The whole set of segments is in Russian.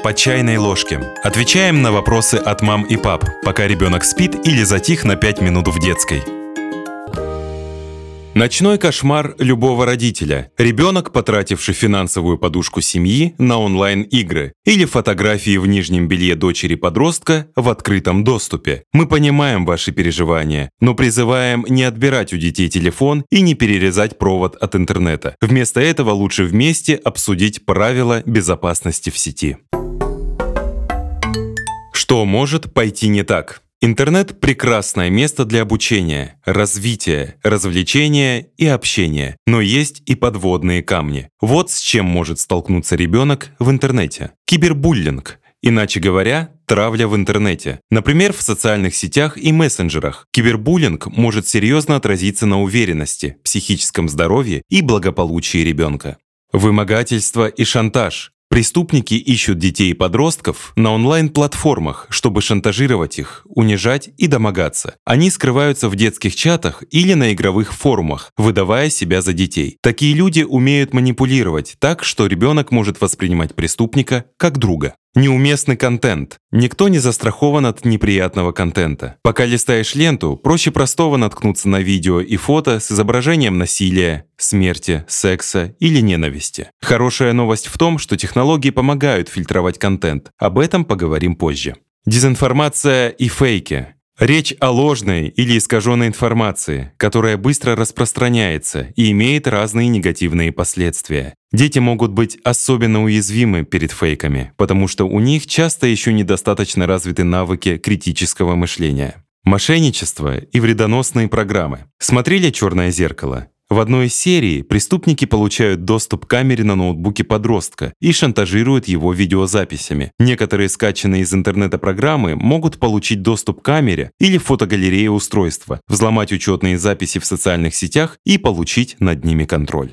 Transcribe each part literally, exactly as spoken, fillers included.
По чайной ложке. Отвечаем на вопросы от мам и пап, пока ребенок спит или затих на пять минут в детской. Ночной кошмар любого родителя. Ребенок, потративший финансовую подушку семьи на онлайн-игры, или фотографии в нижнем белье дочери-подростка в открытом доступе. Мы понимаем ваши переживания, но призываем не отбирать у детей телефон и не перерезать провод от интернета. Вместо этого лучше вместе обсудить правила безопасности в сети. Что может пойти не так? Интернет – прекрасное место для обучения, развития, развлечения и общения. Но есть и подводные камни. Вот с чем может столкнуться ребенок в интернете. Кибербуллинг. Иначе говоря, травля в интернете. Например, в социальных сетях и мессенджерах. Кибербуллинг может серьезно отразиться на уверенности, психическом здоровье и благополучии ребенка. Вымогательство и шантаж. Преступники ищут детей и подростков на онлайн-платформах, чтобы шантажировать их, унижать и домогаться. Они скрываются в детских чатах или на игровых форумах, выдавая себя за детей. Такие люди умеют манипулировать так, что ребенок может воспринимать преступника как друга. Неуместный контент. Никто не застрахован от неприятного контента. Пока листаешь ленту, проще простого наткнуться на видео и фото с изображением насилия, смерти, секса или ненависти. Хорошая новость в том, что технологии помогают фильтровать контент. Об этом поговорим позже. Дезинформация и фейки. Речь о ложной или искаженной информации, которая быстро распространяется и имеет разные негативные последствия. Дети могут быть особенно уязвимы перед фейками, потому что у них часто еще недостаточно развиты навыки критического мышления. Мошенничество и вредоносные программы. Смотрели «Черное зеркало»? В одной из серий преступники получают доступ к камере на ноутбуке подростка и шантажируют его видеозаписями. Некоторые скачанные из интернета программы могут получить доступ к камере или фотогалерее устройства, взломать учетные записи в социальных сетях и получить над ними контроль.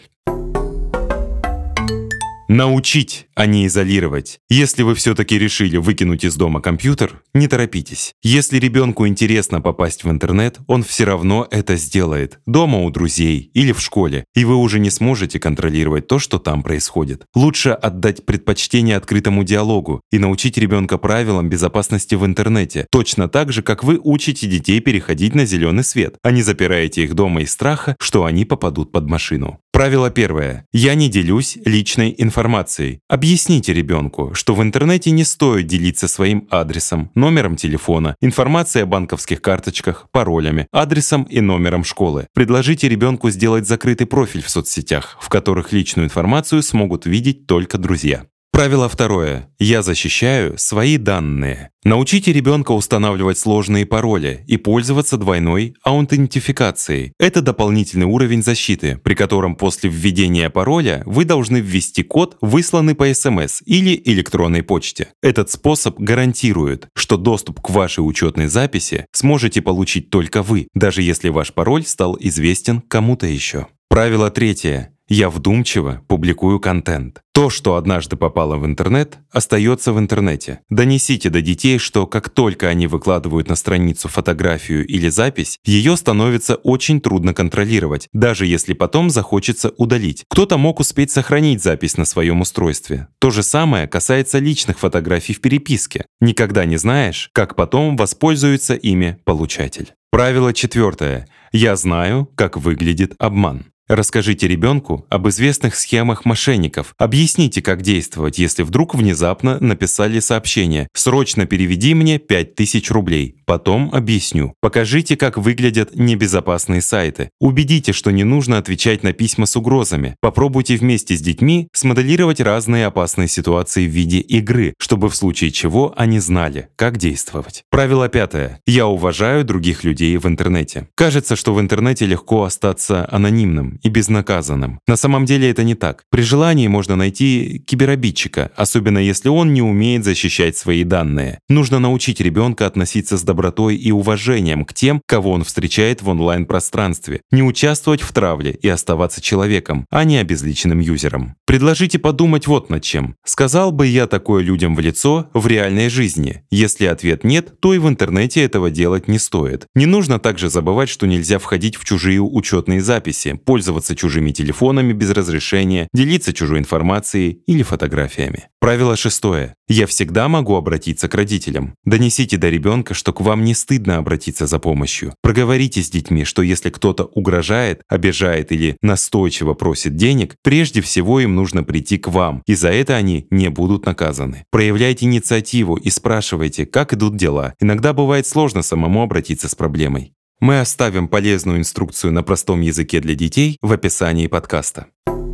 Научить, а не изолировать. Если вы все-таки решили выкинуть из дома компьютер, не торопитесь. Если ребенку интересно попасть в интернет, он все равно это сделает. Дома у друзей или в школе. И вы уже не сможете контролировать то, что там происходит. Лучше отдать предпочтение открытому диалогу и научить ребенка правилам безопасности в интернете. Точно так же, как вы учите детей переходить на зеленый свет, а не запираете их дома из страха, что они попадут под машину. Правило первое. Я не делюсь личной информацией. Объясните ребенку, что в интернете не стоит делиться своим адресом, номером телефона, информацией о банковских карточках, паролями, адресом и номером школы. Предложите ребенку сделать закрытый профиль в соцсетях, в которых личную информацию смогут видеть только друзья. Правило второе. Я защищаю свои данные. Научите ребенка устанавливать сложные пароли и пользоваться двойной аутентификацией. Это дополнительный уровень защиты, при котором после введения пароля вы должны ввести код, высланный по эс эм эс или электронной почте. Этот способ гарантирует, что доступ к вашей учетной записи сможете получить только вы, даже если ваш пароль стал известен кому-то еще. Правило третье. Я вдумчиво публикую контент. То, что однажды попало в интернет, остается в интернете. Донесите до детей, что как только они выкладывают на страницу фотографию или запись, ее становится очень трудно контролировать, даже если потом захочется удалить. Кто-то мог успеть сохранить запись на своем устройстве. То же самое касается личных фотографий в переписке. Никогда не знаешь, как потом воспользуется ими получатель. Правило четвертое. Я знаю, как выглядит обман. Расскажите ребенку об известных схемах мошенников. Объясните, как действовать, если вдруг внезапно написали сообщение «Срочно переведи мне пять тысяч рублей». Потом объясню. Покажите, как выглядят небезопасные сайты. Убедите, что не нужно отвечать на письма с угрозами. Попробуйте вместе с детьми смоделировать разные опасные ситуации в виде игры, чтобы в случае чего они знали, как действовать. Правило пятое. Я уважаю других людей в интернете. Кажется, что в интернете легко остаться анонимным и безнаказанным. На самом деле это не так. При желании можно найти киберобидчика, особенно если он не умеет защищать свои данные. Нужно научить ребенка относиться с добротой и уважением к тем, кого он встречает в онлайн-пространстве, не участвовать в травле и оставаться человеком, а не обезличенным юзером. Предложите подумать вот над чем. Сказал бы я такое людям в лицо в реальной жизни? Если ответ нет, то и в интернете этого делать не стоит. Не нужно также забывать, что нельзя входить в чужие учетные записи, пользоваться пользоваться чужими телефонами без разрешения, делиться чужой информацией или фотографиями. Правило шестое. Я всегда могу обратиться к родителям. Донесите до ребенка, что к вам не стыдно обратиться за помощью. Проговорите с детьми, что если кто-то угрожает, обижает или настойчиво просит денег, прежде всего им нужно прийти к вам, и за это они не будут наказаны. Проявляйте инициативу и спрашивайте, как идут дела. Иногда бывает сложно самому обратиться с проблемой. Мы оставим полезную инструкцию на простом языке для детей в описании подкаста.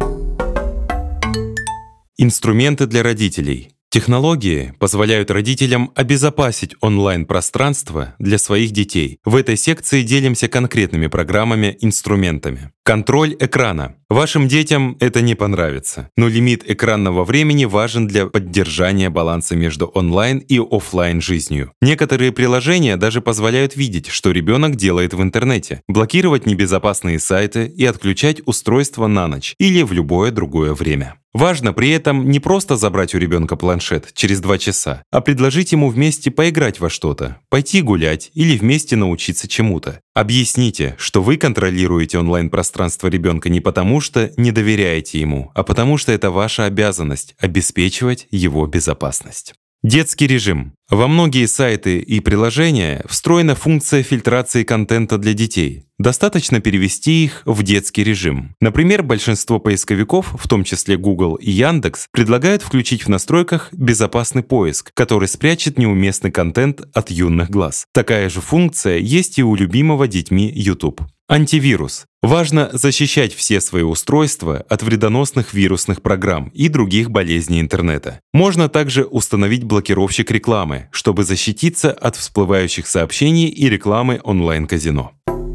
Инструменты для родителей. Технологии позволяют родителям обезопасить онлайн-пространство для своих детей. В этой секции делимся конкретными программами, инструментами. Контроль экрана. Вашим детям это не понравится, но лимит экранного времени важен для поддержания баланса между онлайн и офлайн жизнью. Некоторые приложения даже позволяют видеть, что ребенок делает в интернете, блокировать небезопасные сайты и отключать устройство на ночь или в любое другое время. Важно при этом не просто забрать у ребенка планшет через два часа, а предложить ему вместе поиграть во что-то, пойти гулять или вместе научиться чему-то. Объясните, что вы контролируете онлайн-пространство ребенка не потому, что не доверяете ему, а потому что это ваша обязанность обеспечивать его безопасность. Детский режим. Во многие сайты и приложения встроена функция фильтрации контента для детей. Достаточно перевести их в детский режим. Например, большинство поисковиков, в том числе Google и Яндекс, предлагают включить в настройках безопасный поиск, который спрячет неуместный контент от юных глаз. Такая же функция есть и у любимого детьми YouTube. Антивирус. Важно защищать все свои устройства от вредоносных вирусных программ и других болезней интернета. Можно также установить блокировщик рекламы, чтобы защититься от всплывающих сообщений и рекламы онлайн-казино.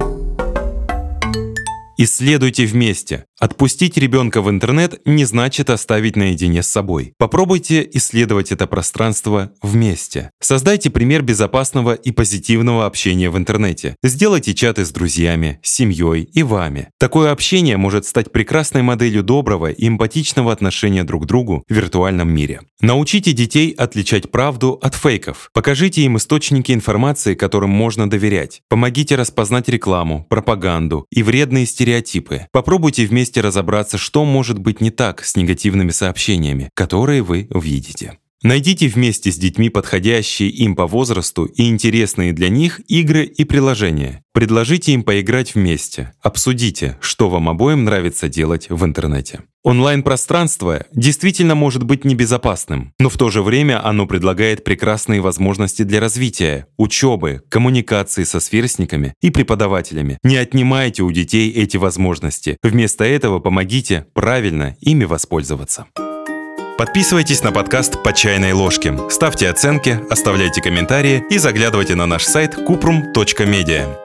Исследуйте вместе. Отпустить ребенка в интернет не значит оставить наедине с собой. Попробуйте исследовать это пространство вместе. Создайте пример безопасного и позитивного общения в интернете. Сделайте чаты с друзьями, с семьей и вами. Такое общение может стать прекрасной моделью доброго и эмпатичного отношения друг к другу в виртуальном мире. Научите детей отличать правду от фейков. Покажите им источники информации, которым можно доверять. Помогите распознать рекламу, пропаганду и вредные стереотипы. Попробуйте вместе разобраться, что может быть не так с негативными сообщениями, которые вы видите. Найдите вместе с детьми подходящие им по возрасту и интересные для них игры и приложения. Предложите им поиграть вместе. Обсудите, что вам обоим нравится делать в интернете. Онлайн-пространство действительно может быть небезопасным, но в то же время оно предлагает прекрасные возможности для развития, учебы, коммуникации со сверстниками и преподавателями. Не отнимайте у детей эти возможности. Вместо этого помогите правильно ими воспользоваться. Подписывайтесь на подкаст «По чайной ложке», ставьте оценки, оставляйте комментарии и заглядывайте на наш сайт купрум точка медиа.